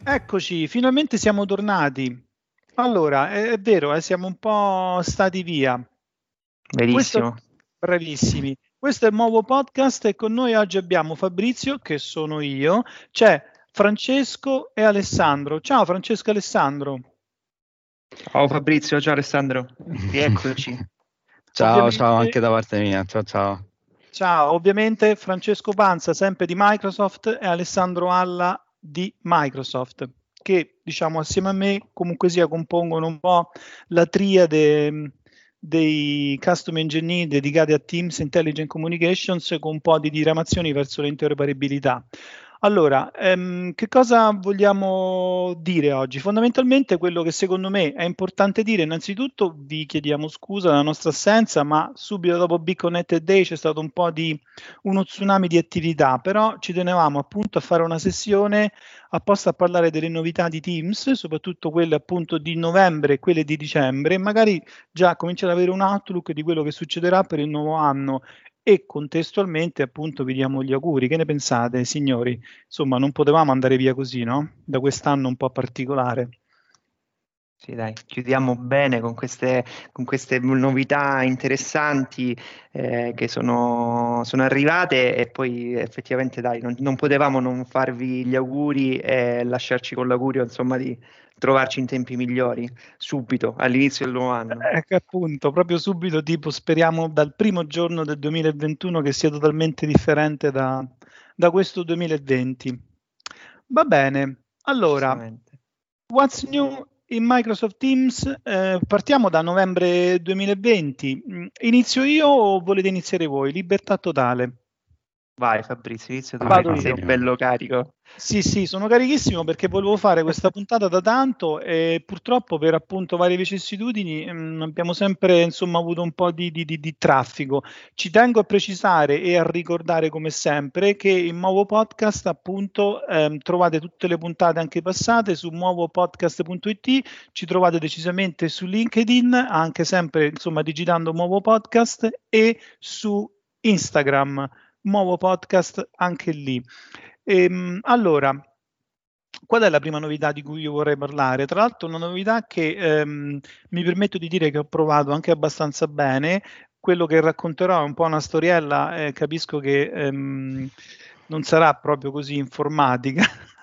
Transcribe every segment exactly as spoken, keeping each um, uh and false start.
Eccoci, finalmente siamo tornati. Allora, è, è vero, eh, siamo un po' stati via. Questo, Verissimo. bravissimi. Questo è il nuovo podcast e con noi oggi abbiamo Fabrizio, che sono io, c'è Francesco e Alessandro. Ciao Francesco e Alessandro. Ciao Fabrizio, ciao Alessandro, rieccoci. Ciao, ciao Ovviamente, anche da parte mia, ciao ciao. ciao, ovviamente Francesco Panza, sempre di Microsoft, e Alessandro Alla di Microsoft, che diciamo assieme a me comunque sia compongono un po' la triade mh, dei custom engineer dedicati a Teams Intelligent Communications con un po' di diramazioni verso l'interoperabilità. Allora, ehm, che cosa vogliamo dire oggi? Fondamentalmente quello che secondo me è importante dire, innanzitutto vi chiediamo scusa della nostra assenza, ma subito dopo Be Connected Day c'è stato un po' di uno tsunami di attività, però ci tenevamo appunto a fare una sessione apposta a parlare delle novità di Teams, soprattutto quelle appunto di novembre e quelle di dicembre, e magari già cominciare ad avere un outlook di quello che succederà per il nuovo anno e contestualmente appunto vi diamo gli auguri. Che ne pensate, signori? Insomma, non potevamo andare via così, no? Da quest'anno un po' particolare. Sì, dai, chiudiamo bene con queste, con queste novità interessanti eh, che sono, sono arrivate e poi effettivamente dai, non, non potevamo non farvi gli auguri e lasciarci con l'augurio insomma di trovarci in tempi migliori, subito, all'inizio del nuovo anno. Ecco appunto, proprio subito, tipo, speriamo dal primo giorno del duemilaventuno che sia totalmente differente da, da questo duemilaventi. Va bene, allora, Assolutamente. what's new in Microsoft Teams? Eh, partiamo da novembre duemilaventi. Mm, Inizio io o volete iniziare voi? Libertà totale. Vai Fabrizio, inizia tu Vado che sei io. bello carico. Sì, sì, sono carichissimo perché volevo fare questa puntata da tanto e purtroppo per appunto varie vicissitudini mh, abbiamo sempre insomma avuto un po' di, di- di- di traffico. Ci tengo a precisare e a ricordare come sempre che in Nuovo Podcast appunto ehm, trovate tutte le puntate anche passate su nuovopodcast punto it, ci trovate decisamente su LinkedIn, anche sempre insomma digitando Nuovo Podcast e su Instagram. Nuovo podcast anche lì. Ehm, allora, qual è la prima novità di cui io vorrei parlare? Tra l'altro una novità che ehm, mi permetto di dire che ho provato anche abbastanza bene. Quello che racconterò è un po' una storiella, eh, capisco che ehm, non sarà proprio così informatica,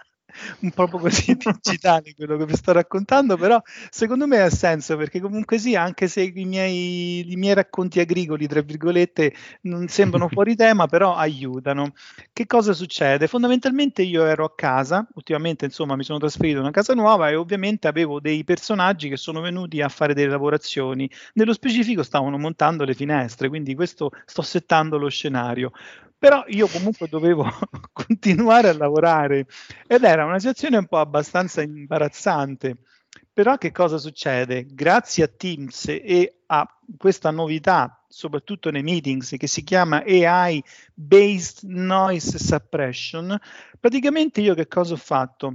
un po' così digitale quello che vi sto raccontando, però secondo me ha senso perché comunque sia, anche se i miei, i miei racconti agricoli, tra virgolette, non sembrano fuori tema, però aiutano. Che cosa succede? Fondamentalmente io ero a casa, ultimamente insomma mi sono trasferito in una casa nuova e ovviamente avevo dei personaggi che sono venuti a fare delle lavorazioni. Nello specifico stavano montando le finestre, quindi questo sto settando lo scenario. Però io comunque dovevo continuare a lavorare ed era una situazione un po' abbastanza imbarazzante. Però che cosa succede? Grazie a Teams e a questa novità, soprattutto nei meetings, che si chiama A I Based Noise Suppression, praticamente io che cosa ho fatto?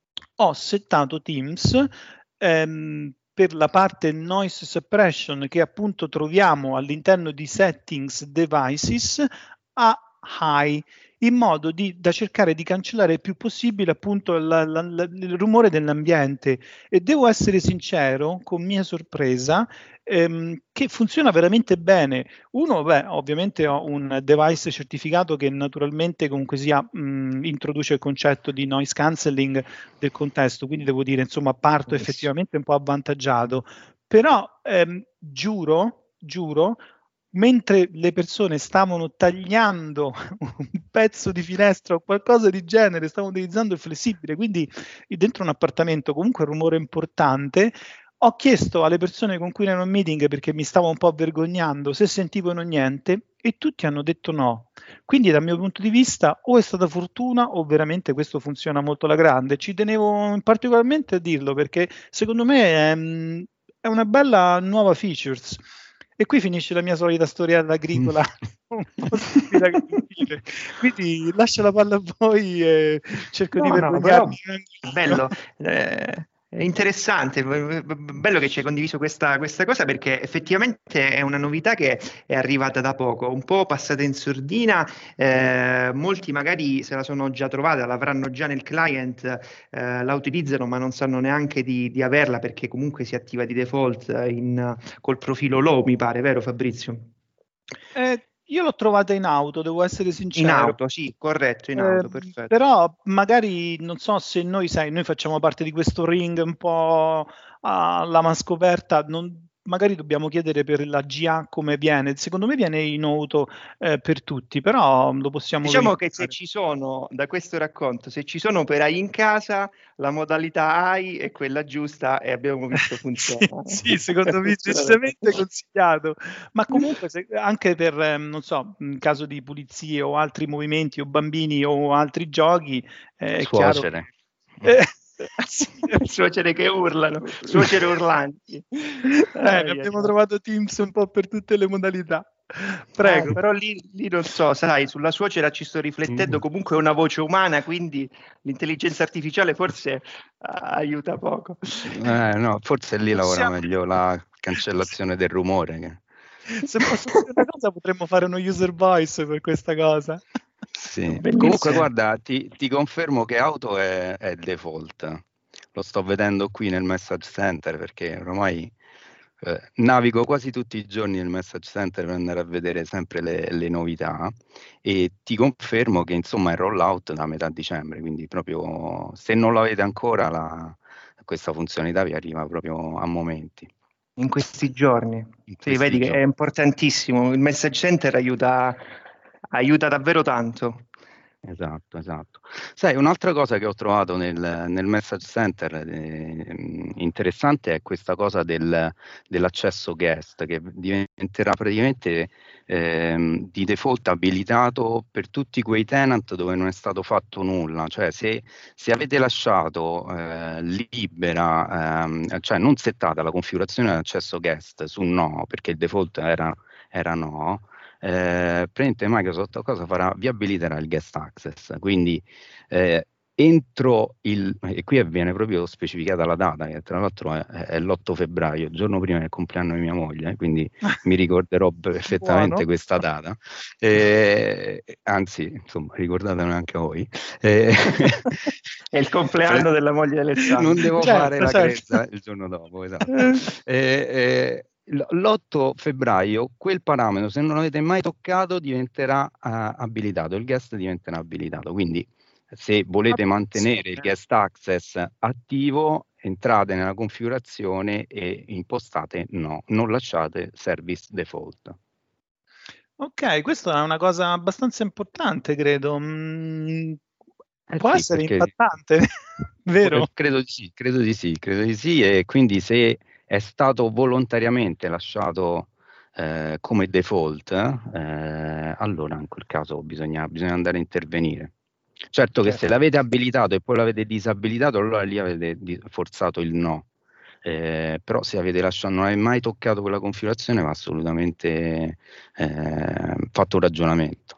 Ho settato Teams ehm, per la parte noise suppression che appunto troviamo all'interno di settings devices a high, in modo di, da cercare di cancellare il più possibile appunto la, la, la, il rumore dell'ambiente. E devo essere sincero, con mia sorpresa, ehm, che funziona veramente bene. Uno, beh, ovviamente ho un device certificato che naturalmente comunque sia mh, introduce il concetto di noise cancelling del contesto, quindi devo dire, insomma, parto effettivamente un po' avvantaggiato. Però ehm, giuro, giuro, mentre le persone stavano tagliando un pezzo di finestra o qualcosa di genere, stavano utilizzando il flessibile, quindi dentro un appartamento comunque un rumore importante, ho chiesto alle persone con cui ero in meeting perché mi stavo un po' vergognando se sentivano niente e tutti hanno detto no. Quindi dal mio punto di vista o è stata fortuna o veramente questo funziona molto alla grande. Ci tenevo particolarmente a dirlo perché secondo me è, è una bella nuova features. E qui finisce la mia solita storiella agricola, un po' stupida che devo dire. Quindi lascio la palla a voi e cerco di No, no, però vergognarmi. bello. Eh, È interessante, bello che ci hai condiviso questa, questa cosa, perché effettivamente è una novità che è arrivata da poco, un po' passata in sordina, eh, molti magari se la sono già trovata, l'avranno già nel client, eh, la utilizzano ma non sanno neanche di, di averla, perché comunque si attiva di default in, col profilo low, mi pare, vero Fabrizio? Eh, io l'ho trovata in auto, devo essere In sincero. auto, sì, corretto, in Eh, auto, perfetto. però magari non so se noi, sai, noi facciamo parte di questo ring un po' alla mascoperta, non, magari dobbiamo chiedere per la G A come viene. Secondo me viene in auto eh, per tutti, però lo possiamo Diciamo che verificare. se ci sono, da questo racconto, se ci sono operai in casa, la modalità A I è quella giusta e abbiamo visto funziona. sì, sì, secondo me decisamente consigliato, ma comunque se, anche per, eh, non so, in caso di pulizie o altri movimenti o bambini o altri giochi, eh, è chiaro. Suocere. Eh, sì. Suocere che urlano, suocere urlanti. Bene, abbiamo trovato Teams un po' per tutte le modalità. Prego. Eh, però lì, lì non so, sai, sulla suocera ci sto riflettendo, comunque è una voce umana, quindi l'intelligenza artificiale forse uh, aiuta poco. Eh, no, forse lì lavora Possiamo... meglio la cancellazione del rumore. Che... Se posso dire una cosa, potremmo fare uno user voice per questa cosa. Sì. Bellissimo. Comunque guarda, ti, ti confermo che auto è, è default. Lo sto vedendo qui nel message center, perché ormai eh, navigo quasi tutti i giorni nel message center per andare a vedere sempre le, le novità, e ti confermo che insomma è rollout da metà dicembre, quindi proprio se non l'avete ancora la, questa funzionalità vi arriva proprio a momenti. In questi giorni. In Sì, vedi questi che giorni. è importantissimo, il message center aiuta, aiuta davvero tanto. Esatto, esatto. Sai, un'altra cosa che ho trovato nel, nel message center eh, interessante è questa cosa del, dell'accesso guest, che diventerà praticamente eh, di default abilitato per tutti quei tenant dove non è stato fatto nulla. Cioè se, se avete lasciato eh, libera, ehm, cioè non settata la configurazione dell'accesso guest su no, perché il default era, era no, Eh, praticamente Microsoft cosa farà? Vi abiliterà il guest access, quindi eh, entro il, e qui viene proprio specificata la data, che tra l'altro è, è l'otto febbraio, il giorno prima del compleanno di mia moglie, quindi mi ricorderò perfettamente Buono. questa data, eh, anzi insomma ricordatelo anche voi. Eh, è il compleanno della moglie di Alessandro. Non devo certo, fare la certo. grezza il giorno dopo, esatto. Eh, eh, l'otto febbraio quel parametro, se non l'avete mai toccato, diventerà uh, abilitato, il guest diventerà abilitato, quindi se volete mantenere il guest access attivo, entrate nella configurazione e impostate no, non lasciate service default. Ok, questa è una cosa abbastanza importante, credo. Mm, eh può sì, essere perché, impattante, vero? Credo di sì, credo di sì, credo di sì, e quindi se è stato volontariamente lasciato eh, come default, eh, allora in quel caso bisogna, bisogna andare a intervenire. Certo che Certo. se l'avete abilitato e poi l'avete disabilitato, allora lì avete forzato il no. Eh, però se avete lasciato, non avete mai toccato quella configurazione, va assolutamente eh, fatto un ragionamento.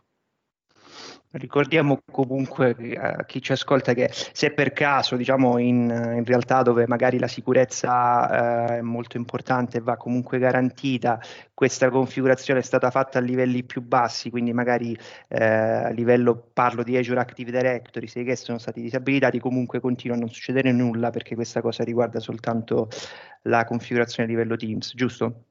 Ricordiamo comunque a chi ci ascolta che se per caso, diciamo, in, in realtà dove magari la sicurezza eh, è molto importante e va comunque garantita, questa configurazione è stata fatta a livelli più bassi, quindi magari eh, a livello, parlo di Azure Active Directory, se i guest sono stati disabilitati, comunque continua a non succedere nulla, perché questa cosa riguarda soltanto la configurazione a livello Teams, giusto?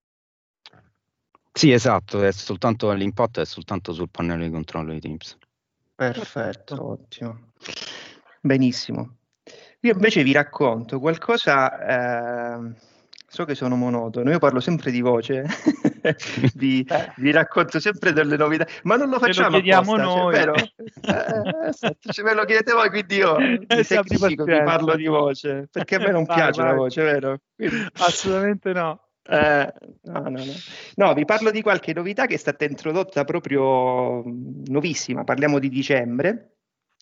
Sì, esatto, è soltanto l'impatto è soltanto sul pannello di controllo di Teams. Perfetto, ottimo. Benissimo. Io invece vi racconto qualcosa, eh, so che sono monotono, io parlo sempre di voce, vi, vi racconto sempre delle novità, ma non lo facciamo Ce lo chiediamo apposta, cioè, noi. vero? Eh, esatto, ce me lo chiedete voi, quindi io mi Eh, sacrifico, vi parlo di voce, perché a me non vai, piace vai. la voce, vero? Quindi... Assolutamente no. Eh, no, no, no. No, vi parlo di qualche novità che è stata introdotta proprio mh, nuovissima, parliamo di dicembre,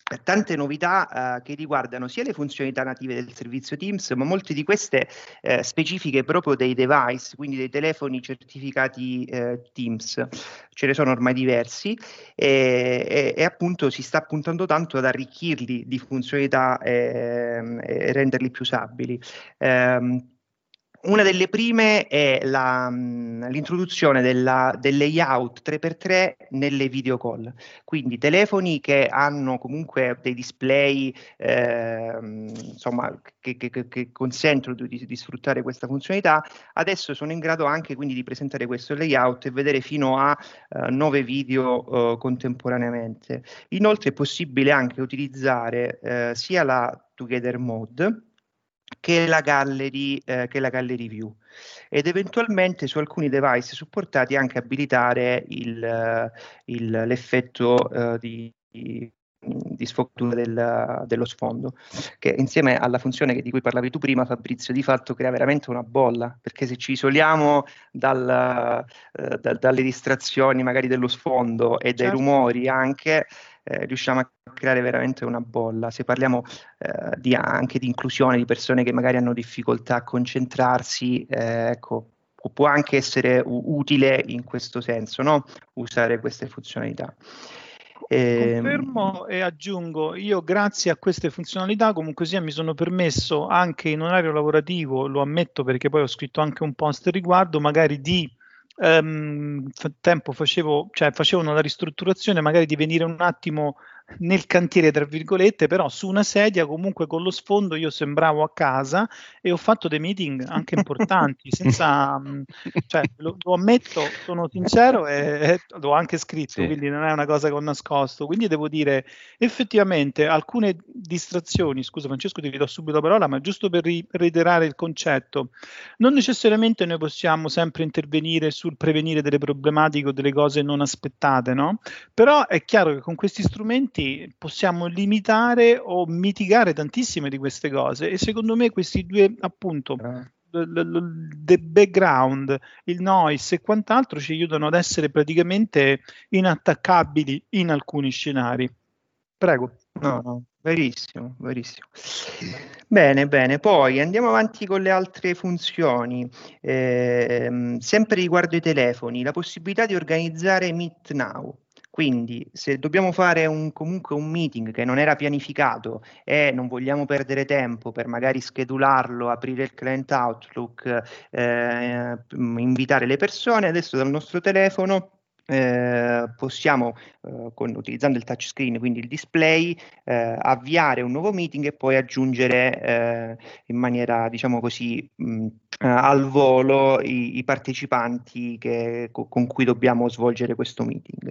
tante novità eh, che riguardano sia le funzionalità native del servizio Teams, ma molte di queste eh, specifiche proprio dei device, quindi dei telefoni certificati eh, Teams. Ce ne sono ormai diversi e, e, e appunto si sta puntando tanto ad arricchirli di funzionalità e, e renderli più usabili. Um, Una delle prime è la, mh, l'introduzione della, del layout tre per tre nelle video call, quindi telefoni che hanno comunque dei display eh, insomma, che, che, che consentono di, di sfruttare questa funzionalità, adesso sono in grado anche quindi di presentare questo layout e vedere fino a eh, nove video eh, contemporaneamente. Inoltre è possibile anche utilizzare eh, sia la Together Mode che la gallery, eh, che la gallery view, ed eventualmente su alcuni device supportati anche abilitare il, il, l'effetto eh, di, di, di sfocatura del, dello sfondo, che insieme alla funzione che, di cui parlavi tu prima, Fabrizio, di fatto crea veramente una bolla, perché se ci isoliamo dal, eh, da, dalle distrazioni magari dello sfondo e dai Certo. rumori anche, Eh, riusciamo a creare veramente una bolla. Se parliamo eh, di, anche di inclusione di persone che magari hanno difficoltà a concentrarsi, eh, ecco, può anche essere u- utile in questo senso, no? Usare queste funzionalità. Confermo e aggiungo, io grazie a queste funzionalità comunque sia mi sono permesso anche in orario lavorativo, lo ammetto perché poi ho scritto anche un post al riguardo, magari di Um, tempo facevo, cioè facevano la ristrutturazione, magari di venire un attimo nel cantiere tra virgolette, però su una sedia comunque con lo sfondo io sembravo a casa e ho fatto dei meeting anche importanti senza, cioè lo, lo ammetto, sono sincero e, e l'ho anche scritto, Sì. quindi non è una cosa che ho nascosto, quindi devo dire effettivamente alcune distrazioni, scusa Francesco ti do subito la parola, ma giusto per ri- reiterare il concetto, non necessariamente noi possiamo sempre intervenire sul prevenire delle problematiche o delle cose non aspettate, no? Però è chiaro che con questi strumenti possiamo limitare o mitigare tantissime di queste cose e secondo me questi due appunto the background, il noise e quant'altro ci aiutano ad essere praticamente inattaccabili in alcuni scenari. Prego. No, no, verissimo, verissimo. Bene, bene, poi andiamo avanti con le altre funzioni. Eh, sempre riguardo i telefoni, la possibilità di organizzare Meet Now. Quindi se dobbiamo fare un, comunque un meeting che non era pianificato e non vogliamo perdere tempo per magari schedularlo, aprire il client Outlook, eh, invitare le persone, adesso dal nostro telefono eh, possiamo, eh, con, utilizzando il touchscreen, quindi il display, eh, avviare un nuovo meeting e poi aggiungere eh, in maniera, diciamo così, mh, al volo i, i partecipanti che, con cui dobbiamo svolgere questo meeting.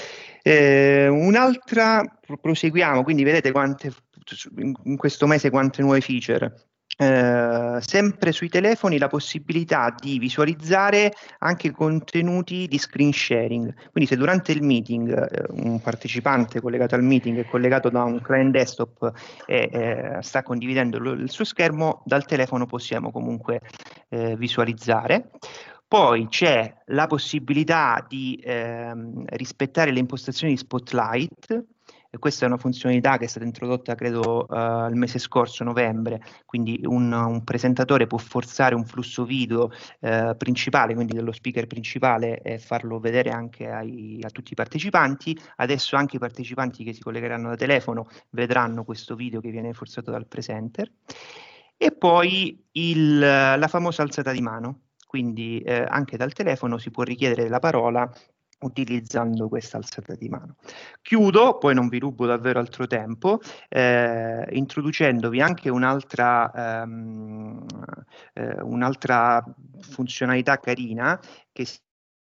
Eh, un'altra, proseguiamo, quindi vedete quante, in questo mese quante nuove feature. Eh, sempre sui telefoni la possibilità di visualizzare anche contenuti di screen sharing, quindi se durante il meeting eh, un partecipante collegato al meeting è collegato da un client desktop e eh, sta condividendo lo, il suo schermo, dal telefono possiamo comunque eh, visualizzare. Poi c'è la possibilità di ehm, rispettare le impostazioni di Spotlight. E questa è una funzionalità che è stata introdotta credo uh, il mese scorso, novembre, quindi un, un presentatore può forzare un flusso video uh, principale, quindi dello speaker principale, e farlo vedere anche ai, a tutti i partecipanti. Adesso anche i partecipanti che si collegheranno da telefono vedranno questo video che viene forzato dal presenter. E poi il, la famosa alzata di mano, quindi eh, anche dal telefono si può richiedere la parola utilizzando questa alzata di mano. Chiudo, poi non vi rubo davvero altro tempo, eh, introducendovi anche un'altra, ehm, eh, un'altra funzionalità carina che si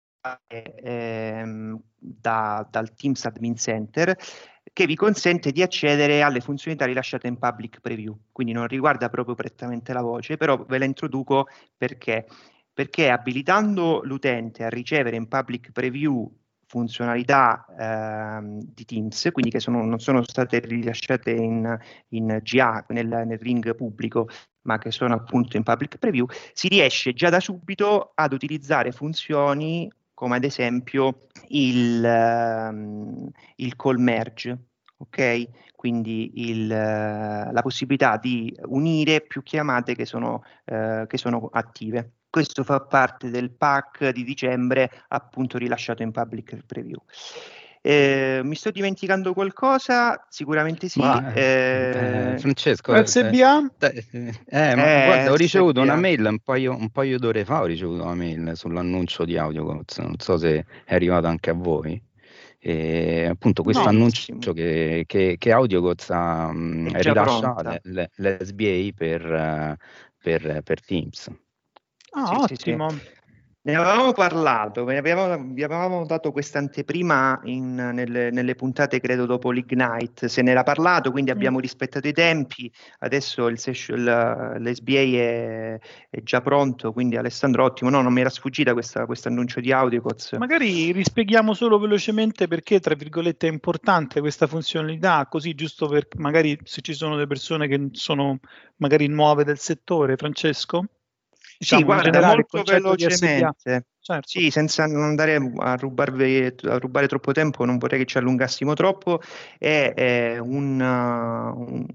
ehm, da, dal Teams Admin Center, che vi consente di accedere alle funzionalità rilasciate in public preview, quindi non riguarda proprio prettamente la voce, però ve la introduco perché perché abilitando l'utente a ricevere in public preview funzionalità ehm, di Teams, quindi che sono, non sono state rilasciate in, in G A, nel, nel ring pubblico, ma che sono appunto in public preview, si riesce già da subito ad utilizzare funzioni come ad esempio il, um, il call merge, ok? Quindi il, la possibilità di unire più chiamate che sono, eh, che sono attive. Questo fa parte del pack di dicembre, appunto rilasciato in public preview. Eh, mi sto dimenticando qualcosa? Sicuramente sì. Ma Eh, eh, Francesco, S B eh, A? eh, eh, ma eh, guarda, ho ricevuto una S B A. mail un paio, un paio d'ore fa, ho ricevuto una mail sull'annuncio di AudioCodes, non so se è arrivato anche a voi. E appunto questo No. Benissimo. annuncio che, che, che AudioCodes ha, mh, È già rilascia pronta. le- le- l'S B A per, eh, per, per Teams. Ah, Sì, sì, sì. ottimo. Ne avevamo parlato, vi avevamo, vi avevamo dato questa anteprima in, nelle, nelle puntate, credo, dopo l'Ignite. Se ne era parlato, quindi abbiamo rispettato i tempi. Adesso il session, l'S B A è, è già pronto, quindi Alessandro, ottimo. No, non mi era sfuggita questo annuncio di AudioCodes. Magari rispieghiamo solo velocemente perché, tra virgolette, è importante questa funzionalità, così giusto per magari se ci sono delle persone che sono magari nuove del settore, Francesco? Diciamo Sì, guarda, in generale il molto concetto di S B A. velocemente. Certo. Sì, senza non andare a rubarvi, a rubare troppo tempo, non vorrei che ci allungassimo troppo. È, è un, uh, un,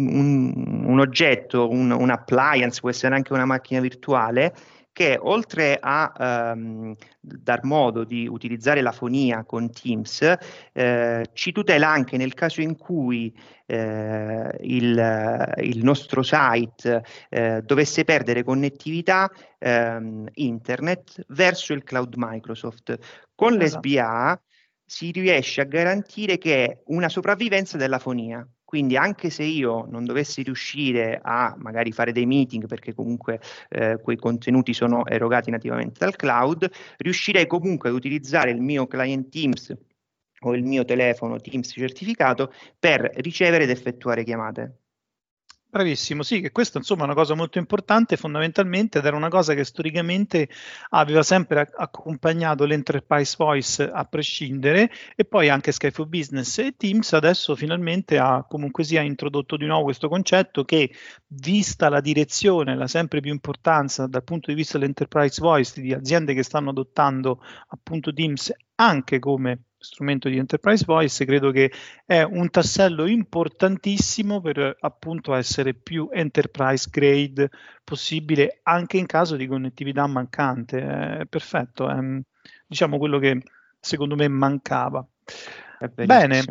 un, un oggetto, un, un appliance, può essere anche una macchina virtuale, che oltre a um, dar modo di utilizzare la fonia con Teams, eh, ci tutela anche nel caso in cui eh, il, il nostro site eh, dovesse perdere connettività ehm, internet verso il cloud Microsoft. Con Esatto. l'S B A si riesce a garantire che è una sopravvivenza della fonia. Quindi anche se io non dovessi riuscire a magari fare dei meeting, perché comunque eh, quei contenuti sono erogati nativamente dal cloud, riuscirei comunque ad utilizzare il mio client Teams o il mio telefono Teams certificato per ricevere ed effettuare chiamate. Bravissimo, sì, che questa insomma è una cosa molto importante fondamentalmente ed era una cosa che storicamente aveva sempre accompagnato l'Enterprise Voice a prescindere e poi anche Skype for Business e Teams adesso finalmente ha comunque sia introdotto di nuovo questo concetto che vista la direzione, la sempre più importanza dal punto di vista dell'Enterprise Voice di aziende che stanno adottando appunto Teams anche come strumento di Enterprise Voice, credo che è un tassello importantissimo per appunto essere più enterprise grade possibile anche in caso di connettività mancante. È perfetto, è diciamo quello che secondo me mancava. È Bene,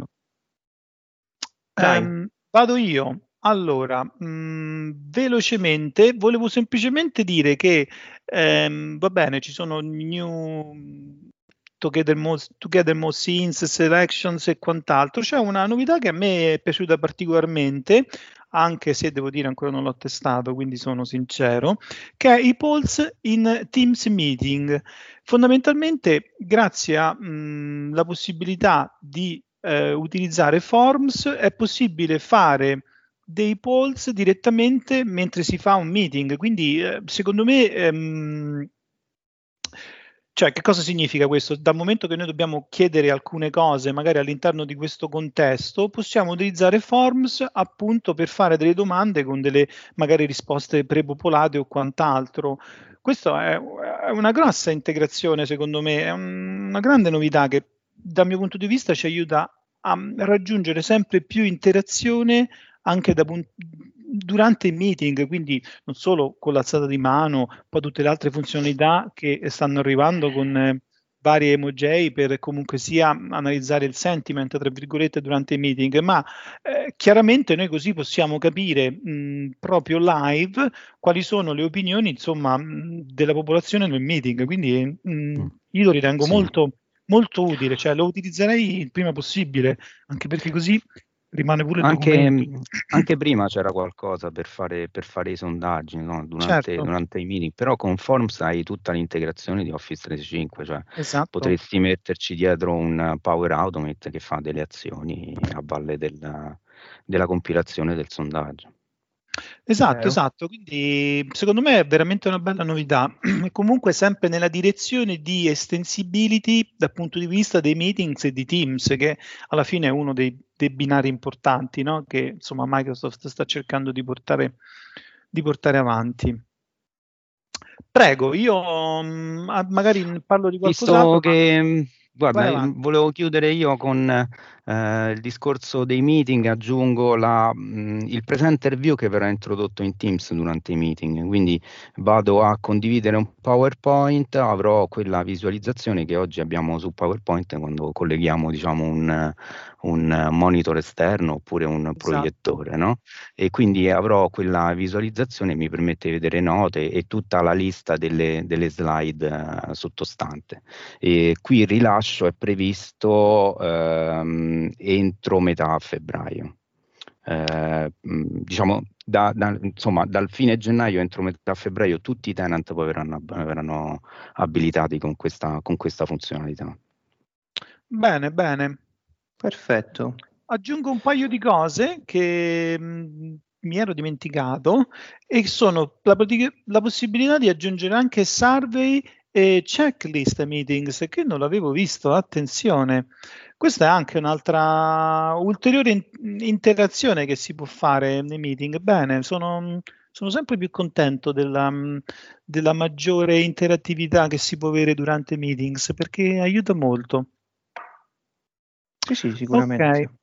Dai. ehm, vado io. Allora, mh, velocemente, volevo semplicemente dire che ehm, va bene, ci sono new Together Most, Together Most Scenes, Selections e quant'altro. C'è una novità che a me è piaciuta particolarmente, anche se devo dire ancora non l'ho testato, quindi sono sincero, che è i polls in Teams Meeting. Fondamentalmente, grazie alla possibilità di eh, utilizzare Forms, è possibile fare dei polls direttamente mentre si fa un meeting. Quindi, eh, secondo me, ehm, cioè, che cosa significa questo? Dal momento che noi dobbiamo chiedere alcune cose, magari all'interno di questo contesto, possiamo utilizzare Forms appunto per fare delle domande con delle magari risposte prepopolate o quant'altro. Questa è, è una grossa integrazione, secondo me, è un, una grande novità che dal mio punto di vista ci aiuta a raggiungere sempre più interazione anche da punt- durante i meeting, quindi non solo con l'alzata di mano, poi tutte le altre funzionalità che stanno arrivando con eh, varie emoji per comunque sia analizzare il sentiment, tra virgolette, durante i meeting, ma eh, chiaramente noi così possiamo capire mh, proprio live quali sono le opinioni, insomma, mh, della popolazione nel meeting, quindi mh, io lo ritengo Sì. molto molto utile, cioè lo utilizzerei il prima possibile, anche perché così rimane pure il Anche, documento. anche prima c'era qualcosa per fare, per fare i sondaggi, no? durante, Certo, durante i meeting, però con Forms hai tutta l'integrazione di Office trecentosessantacinque, cioè esatto. potresti metterci dietro un Power Automate che fa delle azioni a valle della, della compilazione del sondaggio. Esatto, Vero. esatto, quindi secondo me è veramente una bella novità e comunque sempre nella direzione di extensibility dal punto di vista dei meetings e di Teams, che alla fine è uno dei, dei binari importanti, no? Che insomma Microsoft sta cercando di portare, di portare avanti. Prego, io mh, magari parlo di Visto qualcos'altro, ma che, Guarda, volevo chiudere io con eh, il discorso dei meeting, aggiungo la, mh, il presenter view che verrà introdotto in Teams durante i meeting, quindi vado a condividere un PowerPoint, avrò quella visualizzazione che oggi abbiamo su PowerPoint quando colleghiamo diciamo un, un monitor esterno oppure un Esatto. proiettore, no? E quindi avrò quella visualizzazione, mi permette di vedere note e tutta la lista delle, delle slide uh, sottostante. E qui il rilascio è previsto ehm, entro metà febbraio. Eh, diciamo da, da, insomma dal fine gennaio entro metà febbraio tutti i tenant poi verranno, verranno abilitati con questa, con questa funzionalità. Bene, bene. Perfetto. Aggiungo un paio di cose che mh, mi ero dimenticato e sono la, la possibilità di aggiungere anche survey e checklist meetings, che non l'avevo visto, attenzione. Questa è anche un'altra ulteriore in, interazione che si può fare nei meeting. Bene, sono, sono sempre più contento della, della maggiore interattività che si può avere durante i meetings, perché aiuta molto. Sì, sì, sicuramente. Ok.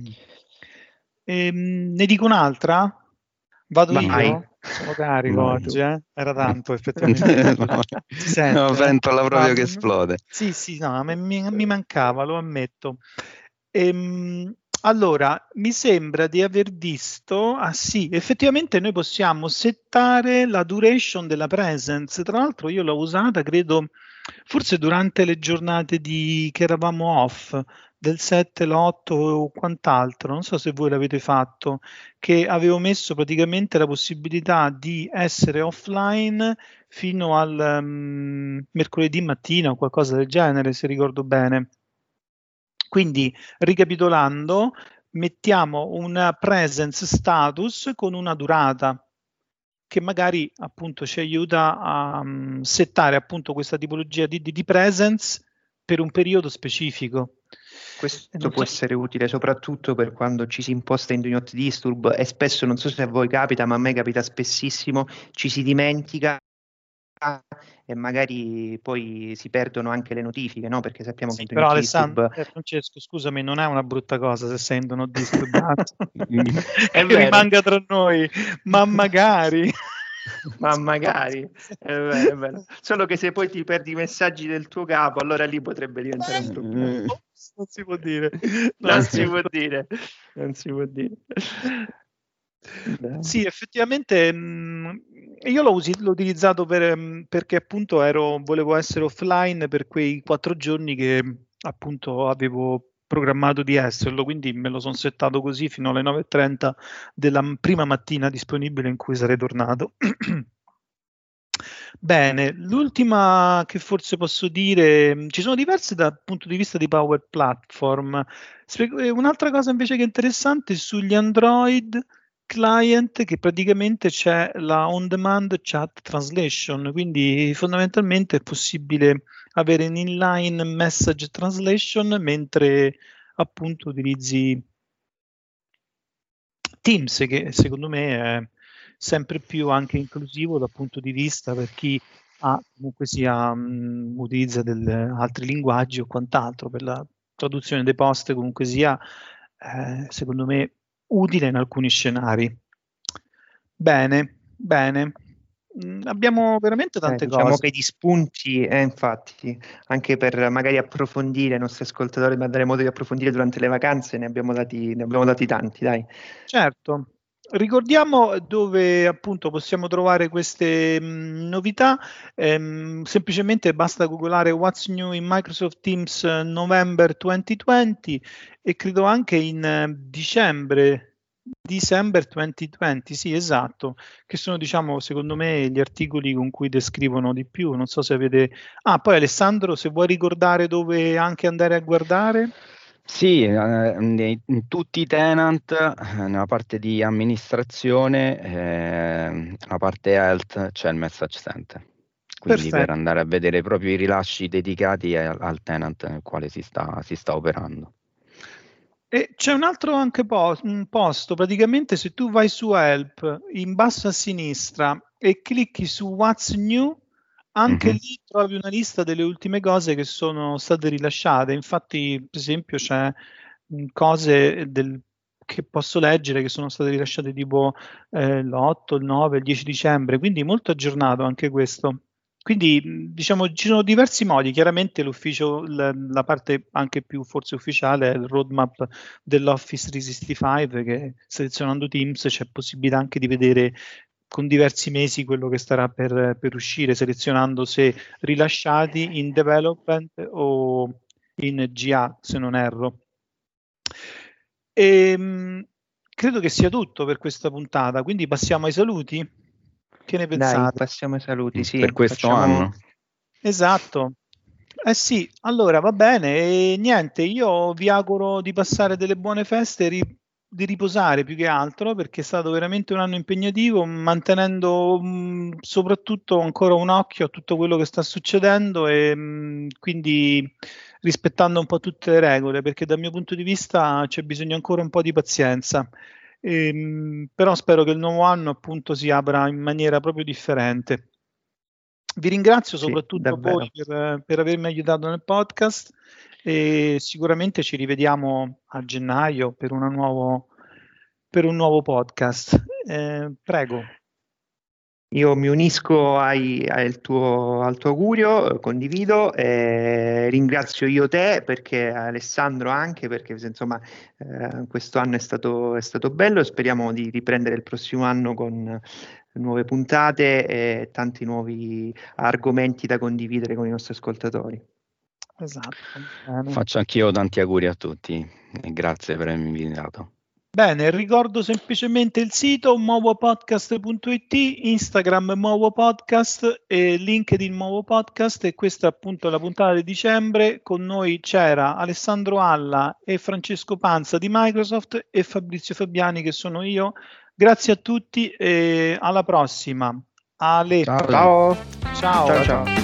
Ehm, ne dico un'altra? Vado Vai. io? Sono carico No. oggi, eh? Era tanto effettivamente. no, Si sente, no, eh? pentola proprio Ma- che esplode. Sì, sì, no, mi, mi mancava, lo ammetto. Ehm, allora, mi sembra di aver visto, ah sì, effettivamente noi possiamo settare la duration della presence. Tra l'altro io l'ho usata, credo, forse durante le giornate di, che eravamo off, del sette, l'otto o quant'altro, non so se voi l'avete fatto, che avevo messo praticamente la possibilità di essere offline fino al um, mercoledì mattina o qualcosa del genere, se ricordo bene. Quindi, ricapitolando, mettiamo una presence status con una durata che magari appunto ci aiuta a um, settare appunto questa tipologia di, di, di presence per un periodo specifico. Questo può essere utile soprattutto per quando ci si imposta in Do Not Disturb e spesso, non so se a voi capita, ma a me capita spessissimo, ci si dimentica e magari poi si perdono anche le notifiche, no? Perché sappiamo sì, che però Disturb... Alessandro, eh, Francesco, scusami, non è una brutta cosa se sei in Do Not Disturb è che rimanga tra noi, ma magari... ma magari è vero, è vero. Solo che se poi ti perdi i messaggi del tuo capo, allora lì potrebbe diventare un problema. Non si può dire, no, non si può dire, non si può dire. Sì, effettivamente mh, io l'ho, usi- l'ho utilizzato per, mh, perché appunto ero, volevo essere offline per quei quattro giorni che appunto avevo programmato di esserlo, quindi me lo sono settato così fino alle nove e trenta della m- prima mattina disponibile in cui sarei tornato. Bene, l'ultima che forse posso dire, mh, ci sono diverse dal punto di vista di Power Platform. Spiego- eh, un'altra cosa invece che è interessante sugli Android client, che praticamente c'è la on demand chat translation, quindi fondamentalmente è possibile avere un inline message translation mentre appunto utilizzi Teams, che secondo me è sempre più anche inclusivo dal punto di vista per chi ha comunque sia mh, utilizza del, altri linguaggi o quant'altro per la traduzione dei post, comunque sia eh, secondo me utile in alcuni scenari. Bene, bene. Mm, abbiamo veramente tante Eh, diciamo cose. che gli spunti, eh, infatti, anche per magari approfondire, i nostri ascoltatori, ma dare modo di approfondire durante le vacanze, ne abbiamo dati, ne abbiamo dati tanti, dai. Certo. Ricordiamo dove appunto possiamo trovare queste mh, novità, ehm, semplicemente basta googolare What's New in Microsoft Teams eh, November duemilaventi e credo anche in eh, dicembre, December duemilaventi, sì esatto, che sono diciamo secondo me gli articoli con cui descrivono di più, non so se avete... Ah, poi Alessandro, se vuoi ricordare dove anche andare a guardare? Sì, eh, nei- in tutti i tenant, eh, nella parte di amministrazione, eh, nella parte health c'è il message center. Quindi per Perfetto. andare a vedere proprio i rilasci dedicati al, al tenant nel quale si sta, si sta operando. E c'è un altro anche po- un posto, praticamente se tu vai su Help in basso a sinistra e clicchi su What's New, anche Mhm. lì trovi una lista delle ultime cose che sono state rilasciate. Infatti, per esempio, c'è mh, cose del- che posso leggere che sono state rilasciate tipo eh, l'otto, il nove, il dieci dicembre, quindi molto aggiornato anche questo. Quindi, mh, diciamo, ci sono diversi modi. Chiaramente l'ufficio, la, la parte anche più forse ufficiale è il roadmap dell'Office trecentosessantacinque, che selezionando Teams c'è possibilità anche di vedere con diversi mesi quello che starà per, per uscire, selezionando se rilasciati in development o in G A, se non erro. E, mh, credo che sia tutto per questa puntata, quindi passiamo ai saluti. Che ne Dai, pensate? passiamo ai saluti, sì, Per questo facciamo... anno. Esatto. Eh sì, allora va bene, e niente, io vi auguro di passare delle buone feste, e ri- di riposare più che altro, perché è stato veramente un anno impegnativo, mantenendo mh, soprattutto ancora un occhio a tutto quello che sta succedendo e mh, quindi rispettando un po' tutte le regole, perché dal mio punto di vista c'è bisogno ancora un po' di pazienza. Ehm, però spero che il nuovo anno appunto si apra in maniera proprio differente. Vi ringrazio Sì, soprattutto voi davvero. per, per avermi aiutato nel podcast e sicuramente ci rivediamo a gennaio per, una nuovo, per un nuovo podcast. Eh, prego. Io mi unisco ai- al tuo, al tuo augurio, eh, condivido, eh, ringrazio io te perché Alessandro anche perché insomma eh, questo anno è stato, è stato bello, speriamo di riprendere il prossimo anno con nuove puntate e tanti nuovi argomenti da condividere con i nostri ascoltatori. Esatto. Bene. Faccio anch'io tanti auguri a tutti e grazie per avermi invitato. Bene, ricordo semplicemente il sito muovopodcast punto it, Instagram Muovo Podcast e LinkedIn Muovo Podcast, e questa è appunto la puntata di dicembre. Con noi c'era Alessandro Alla e Francesco Panza di Microsoft e Fabrizio Fabiani che sono io. Grazie a tutti e alla prossima. Ale. Ciao. Ciao, Ciao. ciao, ciao.